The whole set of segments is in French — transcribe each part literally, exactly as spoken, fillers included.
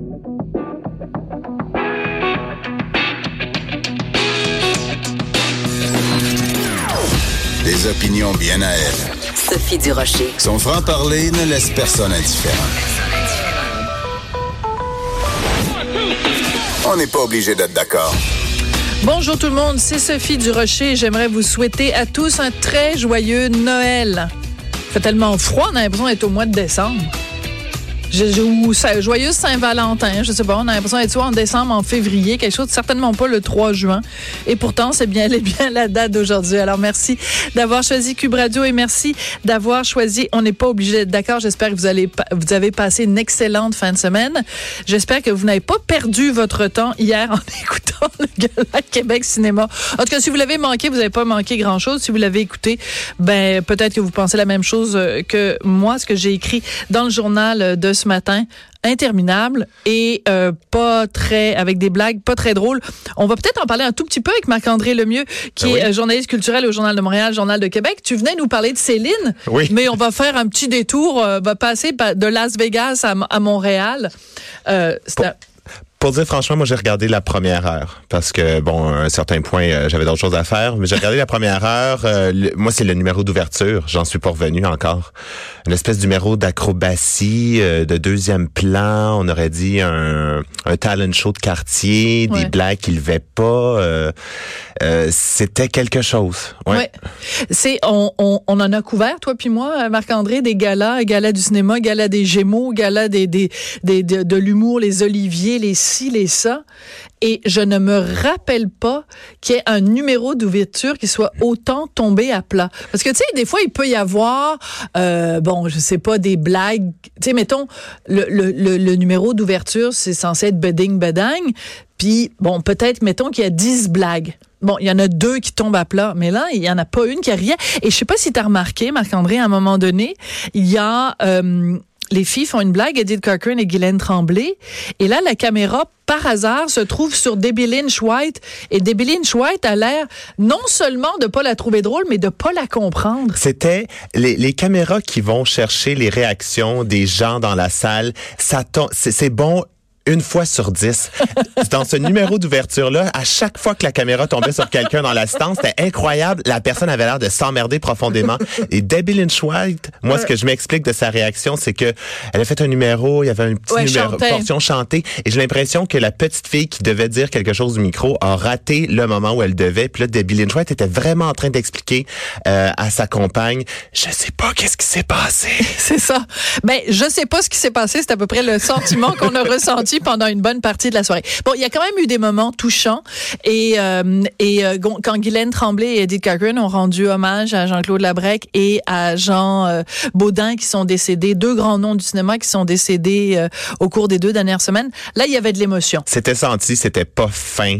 Des opinions bien à elle. Sophie Durocher. Son franc-parler ne laisse personne indifférent. On n'est pas obligé d'être d'accord. Bonjour tout le monde, c'est Sophie Durocher. J'aimerais vous souhaiter à tous un très joyeux Noël. Il fait tellement froid, on a l'impression d'être au mois de décembre. Je, je, ou joyeux Saint-Valentin, je sais pas, on a l'impression d'être soit en décembre, en février, quelque chose, certainement pas le trois juin. Et pourtant, c'est bien, elle est bien la date d'aujourd'hui. Alors, merci d'avoir choisi Cube Radio et merci d'avoir choisi On n'est pas obligé d'être d'accord. J'espère que vous allez, vous avez passé une excellente fin de semaine. J'espère que vous n'avez pas perdu votre temps hier en écoutant le Gala Québec Cinéma. En tout cas, si vous l'avez manqué, vous n'avez pas manqué grand-chose. Si vous l'avez écouté, ben, peut-être que vous pensez la même chose que moi, ce que j'ai écrit dans le journal de ce matin, interminable et euh, pas très, avec des blagues pas très drôles. On va peut-être en parler un tout petit peu avec Marc-André Lemieux, qui ben oui. est journaliste culturel au Journal de Montréal, Journal de Québec. Tu venais nous parler de Céline, oui. mais on va faire un petit détour, euh, va passer de Las Vegas à, à Montréal. Euh, c'est un... Pour dire franchement, moi j'ai regardé la première heure parce que bon, à un certain point, euh, j'avais d'autres choses à faire, mais j'ai regardé la première heure. Euh, le, moi, c'est le numéro d'ouverture. J'en suis pas revenu encore. Une espèce de numéro d'acrobatie, euh, de deuxième plan. On aurait dit un, un talent show de quartier, ouais. Des blagues qui levaient pas. Euh, euh, c'était quelque chose. Ouais. ouais. C'est on, on on en a couvert toi puis moi, Marc-André, des galas, galas du cinéma, galas des Gémeaux, galas des des, des de, de l'humour, les Oliviers, les ci, les ça. Et je ne me rappelle pas qu'il y ait un numéro d'ouverture qui soit autant tombé à plat. Parce que, tu sais, des fois, il peut y avoir, euh, bon, je sais pas, des blagues. Tu sais, mettons, le, le, le, le numéro d'ouverture, c'est censé être beding bedang. Puis, bon, peut-être, mettons qu'il y a dix blagues. Bon, il y en a deux qui tombent à plat, mais là, il y en a pas une qui a rien. Et je sais pas si t'as remarqué, Marc-André, à un moment donné, il y a... Euh, les filles font une blague, Edith Cochrane et Guylaine Tremblay. Et là, la caméra, par hasard, se trouve sur Debbie Lynch White. Et Debbie Lynch White a l'air non seulement de pas la trouver drôle, mais de pas la comprendre. C'était les, les caméras qui vont chercher les réactions des gens dans la salle. Ça tombe, c'est, c'est bon. Une fois sur dix. Dans ce numéro d'ouverture-là, à chaque fois que la caméra tombait sur quelqu'un dans l'assistance, c'était incroyable. La personne avait l'air de s'emmerder profondément. Et Debbie Lynch White, moi, ce que je m'explique de sa réaction, c'est que elle a fait un numéro, il y avait une petite ouais, numéro, chantait. portion chantée. Et j'ai l'impression que la petite fille qui devait dire quelque chose du micro a raté le moment où elle devait. Puis là, Debbie Lynch White était vraiment en train d'expliquer euh, à sa compagne, je sais pas qu'est-ce qui s'est passé. C'est ça. Ben, je sais pas ce qui s'est passé. C'est à peu près le sentiment qu'on a ressenti pendant une bonne partie de la soirée. Bon, il y a quand même eu des moments touchants et euh, et euh, quand Guylaine Tremblay et Edith Cochrane ont rendu hommage à Jean-Claude Labrec et à Jean euh, Baudin qui sont décédés, deux grands noms du cinéma qui sont décédés euh, au cours des deux dernières semaines. Là, il y avait de l'émotion. C'était senti, c'était pas fin.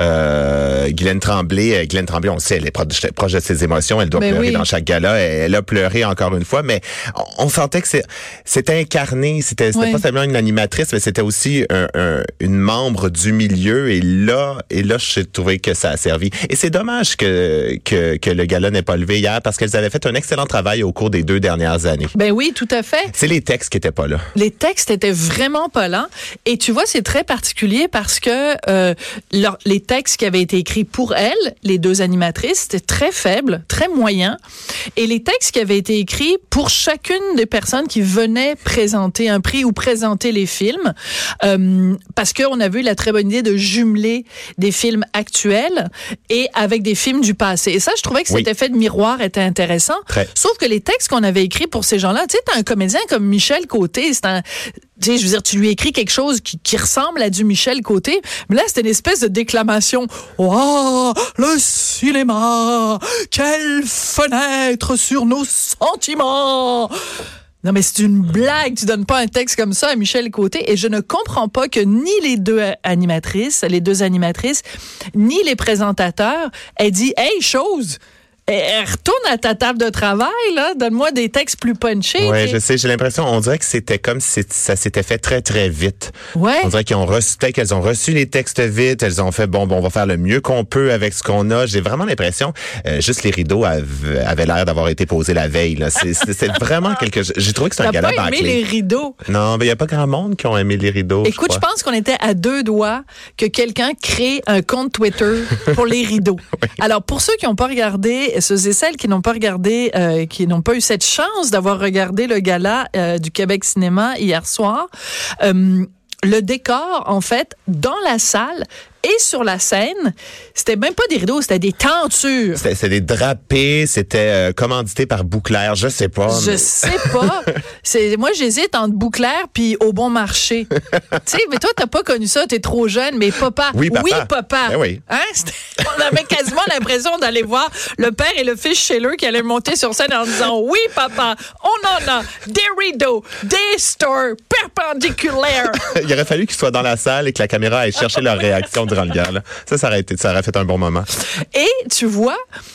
Euh, Guylaine Tremblay, euh, Guylaine Tremblay, on le sait, elle est proche, proche de ses émotions, elle doit mais pleurer oui. dans chaque gala, elle, elle a pleuré encore une fois, mais on, on sentait que c'est, c'était incarné, c'était, c'était oui. pas seulement une animatrice, mais c'était aussi un, un, une membre du milieu et là et là j'ai trouvé que ça a servi et c'est dommage que que que le gala n'ait pas levé hier parce qu'elles avaient fait un excellent travail au cours des deux dernières années. Ben oui, tout à fait. C'est les textes qui étaient pas là. Les textes étaient vraiment pas là et tu vois c'est très particulier parce que euh, leur, les textes qui avaient été écrits pour elles, les deux animatrices, c'était très faible, très moyen et les textes qui avaient été écrits pour chacune des personnes qui venaient présenter un prix ou présenter les films euh, parce qu'on a vu la très bonne idée de jumeler des films actuels et avec des films du passé. Et ça, je trouvais que cet oui. effet de miroir était intéressant. Très. Sauf que les textes qu'on avait écrits pour ces gens-là, tu sais, t'as un comédien comme Michel Côté, c'est un... Tu sais, je veux dire, tu lui écris quelque chose qui, qui ressemble à du Michel Côté, mais là, c'était une espèce de déclamation. Oh, le cinéma! Quelle fenêtre sur nos sentiments! Non, mais c'est une blague. Tu donnes pas un texte comme ça à Michel Côté. Et je ne comprends pas que ni les deux animatrices, les deux animatrices, ni les présentateurs aient dit « Hey, chose! » Eh, retourne à ta table de travail, là. Donne-moi des textes plus punchés. Oui, je sais. J'ai l'impression, on dirait que c'était comme si ça s'était fait très, très vite. Ouais. On dirait qu'ils ont reçu, peut-être qu'elles ont reçu les textes vite. Elles ont fait, bon, bon, on va faire le mieux qu'on peut avec ce qu'on a. J'ai vraiment l'impression, euh, juste les rideaux avaient, avaient l'air d'avoir été posés la veille, là. C'est, c'est, c'est vraiment quelque chose. J'ai trouvé que c'est un gala bâclé. T'as pas aimé les rideaux? Non, mais il n'y a pas grand monde qui ont aimé les rideaux. Écoute, je, je pense qu'on était à deux doigts que quelqu'un crée un compte Twitter pour les rideaux. Oui. Alors, pour ceux qui n'ont pas regardé, ceux et celles qui n'ont pas regardé, euh, qui n'ont pas eu cette chance d'avoir regardé le gala euh, du Québec Cinéma hier soir, euh, le décor, en fait, dans la salle et sur la scène, c'était même pas des rideaux, c'était des tentures. C'était, c'était des drapés, c'était euh, commandité par Bouclair, je sais pas. Je mais... sais pas. C'est, moi, j'hésite entre Bouclair puis Au Bon Marché. Tu sais, mais toi, t'as pas connu ça, t'es trop jeune, mais papa. Oui, papa. Oui, papa. Ben oui. Hein? On avait quasiment l'impression d'aller voir le père et le fils Scheller qui allaient monter sur scène en disant « Oui, papa, on en a des rideaux, des stores perpendiculaires. » Il aurait fallu qu'ils soient dans la salle et que la caméra aille chercher leur réaction durant le gala. Ça, ça aurait été, ça aurait fait un bon moment. Et tu vois,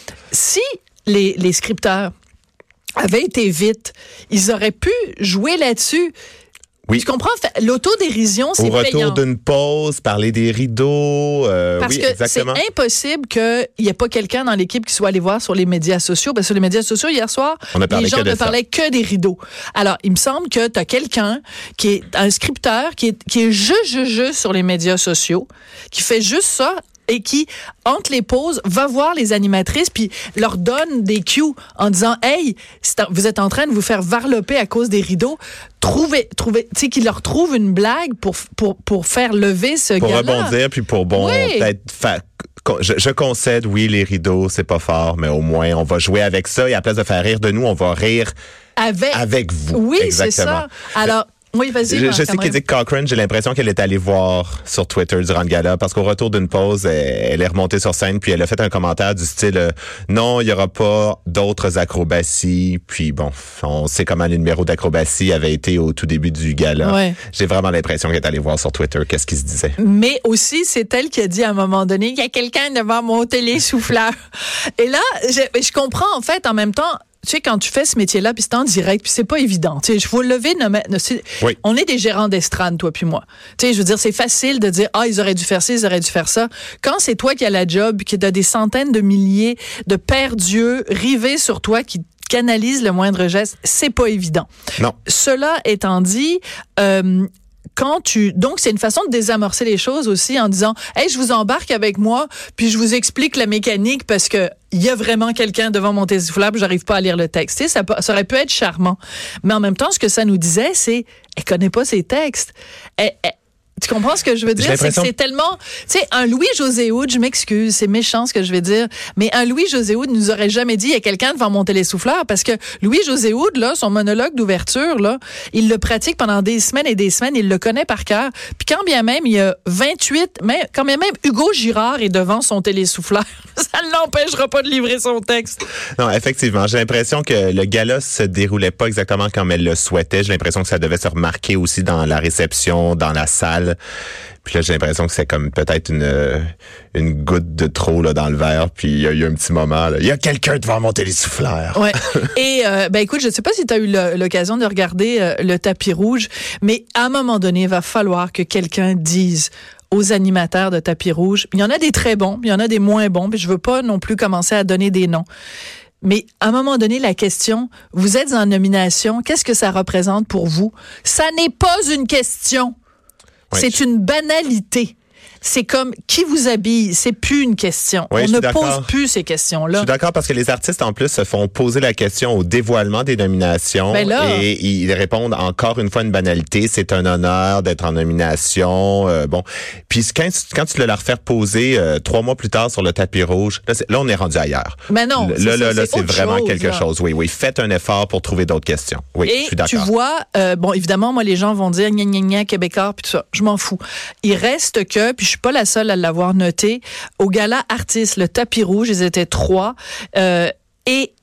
si les, les scripteurs avaient été vite, ils auraient pu jouer là-dessus. Oui. Tu comprends? L'autodérision, c'est payant. Au retour payant. D'une pause, parler des rideaux. Euh, parce oui, que exactement. C'est impossible qu'il n'y ait pas quelqu'un dans l'équipe qui soit allé voir sur les médias sociaux. Parce que sur les médias sociaux, hier soir, On a les gens que ne parlaient que des rideaux. Alors, il me semble que tu as quelqu'un qui est un scripteur qui est, qui est juste, juste, juste sur les médias sociaux, qui fait juste ça et qui, entre les pauses, va voir les animatrices puis leur donne des cues en disant « Hey, vous êtes en train de vous faire varloper à cause des rideaux. » Trouvez, trouvez, tu sais, qu'ils leur trouvent une blague pour, pour, pour faire lever ce pour gars-là. Pour rebondir, puis pour, bon, oui. peut-être faire... Je, je concède, oui, les rideaux, c'est pas fort, mais au moins, on va jouer avec ça et à la place de faire rire de nous, on va rire avec, avec vous. Oui, exactement. C'est ça. Alors... Oui, vas-y. Je, je sais qu'Edith Cochrane, j'ai l'impression qu'elle est allée voir sur Twitter durant le gala parce qu'au retour d'une pause, elle, elle est remontée sur scène puis elle a fait un commentaire du style euh, non, il y aura pas d'autres acrobaties. Puis bon, on sait comment le numéro d'acrobatie avait été au tout début du gala. Ouais. J'ai vraiment l'impression qu'elle est allée voir sur Twitter qu'est-ce qui se disait. Mais aussi, c'est elle qui a dit à un moment donné, il y a quelqu'un devant mon télésouffleur. Et là, je, je comprends en fait en même temps. Tu sais, quand tu fais ce métier-là, puis c'est en direct, puis c'est pas évident. Tu sais, il faut lever... No, no, oui. On est des gérants d'estrade, toi puis moi. Tu sais, je veux dire, c'est facile de dire, ah, ils auraient dû faire ça, ils auraient dû faire ça. Quand c'est toi qui as la job, qui as des centaines de milliers de pères dieux rivés sur toi, qui canalisent le moindre geste, c'est pas évident. Non. Cela étant dit... Euh, Quand tu donc c'est une façon de désamorcer les choses aussi en disant hey je vous embarque avec moi puis je vous explique la mécanique parce que il y a vraiment quelqu'un devant mon télésouffleur puis j'arrive pas à lire le texte. Tu sais, ça, ça aurait pu être charmant, mais en même temps ce que ça nous disait c'est elle connaît pas ses textes. Elle, elle, tu comprends ce que je veux dire? C'est que c'est tellement... Tu sais, un Louis-José Hood, je m'excuse, c'est méchant ce que je vais dire, mais un Louis-José Hood nous aurait jamais dit il y a quelqu'un devant mon télésouffleur parce que Louis-José Hood, là, son monologue d'ouverture, là, il le pratique pendant des semaines et des semaines, il le connaît par cœur. Puis quand bien même, il y a vingt-huit... Mais quand bien même, Hugo Girard est devant son télésouffleur, ça ne l'empêchera pas de livrer son texte. Non, effectivement, j'ai l'impression que le gala se déroulait pas exactement comme elle le souhaitait. J'ai l'impression que ça devait se remarquer aussi dans la réception, dans la salle. Puis là, j'ai l'impression que c'est comme peut-être une une goutte de trop là dans le verre. Puis il y a eu un petit moment, là. Il y a quelqu'un devant mon télésouffleur. Ouais. Et euh, ben écoute, je sais pas si tu as eu le, l'occasion de regarder euh, le tapis rouge, mais à un moment donné, il va falloir que quelqu'un dise aux animateurs de tapis rouge. Il y en a des très bons, il y en a des moins bons, puis je veux pas non plus commencer à donner des noms. Mais à un moment donné, la question, vous êtes en nomination, qu'est-ce que ça représente pour vous? Ça n'est pas une question. Oui. C'est une banalité. C'est comme qui vous habille, c'est plus une question. Oui, on ne pose plus ces questions-là. Je suis d'accord parce que les artistes en plus se font poser la question au dévoilement des nominations ben là, et ils répondent encore une fois une banalité. C'est un honneur d'être en nomination. Euh, bon, puis quand, quand tu le leur faire poser euh, trois mois plus tard sur le tapis rouge, là, là on est rendu ailleurs. Mais non, là, c'est, là, ça, là, c'est, c'est vraiment chose, quelque là. chose. Oui, oui. Faites un effort pour trouver d'autres questions. Oui, et je suis d'accord. Tu vois, euh, bon, évidemment, moi, les gens vont dire gna gna gna Québécois puis tout ça. Je m'en fous. Il reste que, puis je suis pas la seule à l'avoir noté, au gala artiste, le tapis rouge, ils étaient trois, euh, et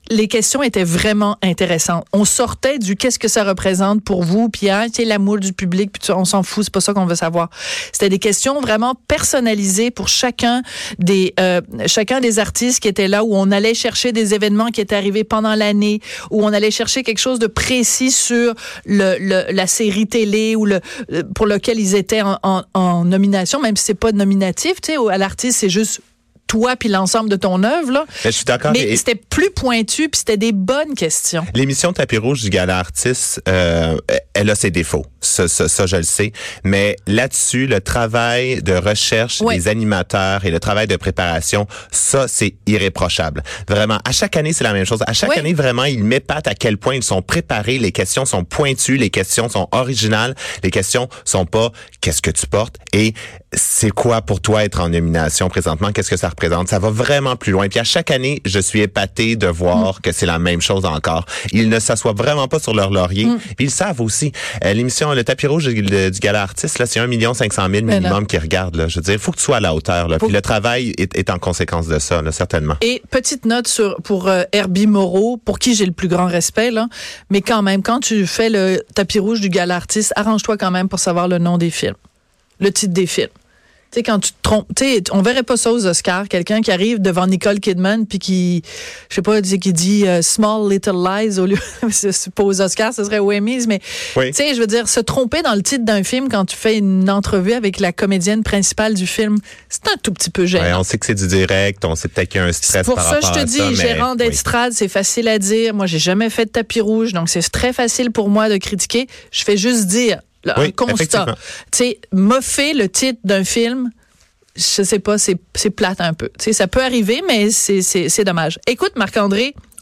les questions étaient vraiment intéressantes. On sortait du qu'est-ce que ça représente pour vous, puis hein, c'est l'amour du public, puis on s'en fout, c'est pas ça qu'on veut savoir. C'était des questions vraiment personnalisées pour chacun des euh, chacun des artistes qui étaient là, où on allait chercher des événements qui étaient arrivés pendant l'année, où on allait chercher quelque chose de précis sur le, le la série télé ou le pour lequel ils étaient en, en, en nomination, même si c'est pas nominatif, tu sais, à l'artiste c'est juste toi puis l'ensemble de ton œuvre là. Mais je suis d'accord. Mais et, c'était plus pointu puis c'était des bonnes questions. L'émission Tapis Rouge du Gala Artiste, euh, elle a ses défauts. Ça, ça, ça, je le sais. Mais là-dessus, le travail de recherche oui. des animateurs et le travail de préparation, ça, c'est irréprochable. Vraiment, à chaque année, c'est la même chose. À chaque oui. année, vraiment, ils m'épatent à quel point ils sont préparés. Les questions sont pointues, les questions sont originales. Les questions sont pas « qu'est-ce que tu portes ?» et « c'est quoi pour toi être en nomination présentement? Qu'est-ce que ça représente? » Ça va vraiment plus loin. Puis à chaque année, je suis épaté de voir mm. que c'est la même chose encore. Ils ne s'assoient vraiment pas sur leur laurier. Mm. Puis ils savent aussi. Euh, l'émission Le Tapis Rouge du, du Gala Artiste, là, c'est un million cinq cent mille minimum qui regardent. Là. Je veux dire, il faut que tu sois à la hauteur. Là. Puis le travail est, est en conséquence de ça, là, certainement. Et petite note sur pour euh, Herbie Moreau, pour qui j'ai le plus grand respect, là. Mais quand même, quand tu fais le Tapis Rouge du Gala Artiste, arrange-toi quand même pour savoir le nom des films, le titre des films. Tu sais, quand tu te trompes, tu sais, on verrait pas ça aux Oscars, quelqu'un qui arrive devant Nicole Kidman puis qui, je sais pas, qui dit uh, Small Little Lies au lieu, c'est pas aux Oscars, ce serait aux Emmys, mais oui. tu sais, je veux dire, se tromper dans le titre d'un film quand tu fais une entrevue avec la comédienne principale du film, c'est un tout petit peu gênant. Ouais, on sait que c'est du direct, on sait peut-être qu'il y a un stress par rapport à ça. Pour ça, je te dis, gérant d'estrade, oui. c'est facile à dire. Moi, j'ai jamais fait de tapis rouge, donc c'est très facile pour moi de critiquer. Je fais juste dire là, oui, un constat. Tu sais, moffer le titre d'un film, je sais pas, c'est, c'est plate un peu. Tu sais, ça peut arriver, mais c'est, c'est, c'est dommage. Écoute, Marc-André,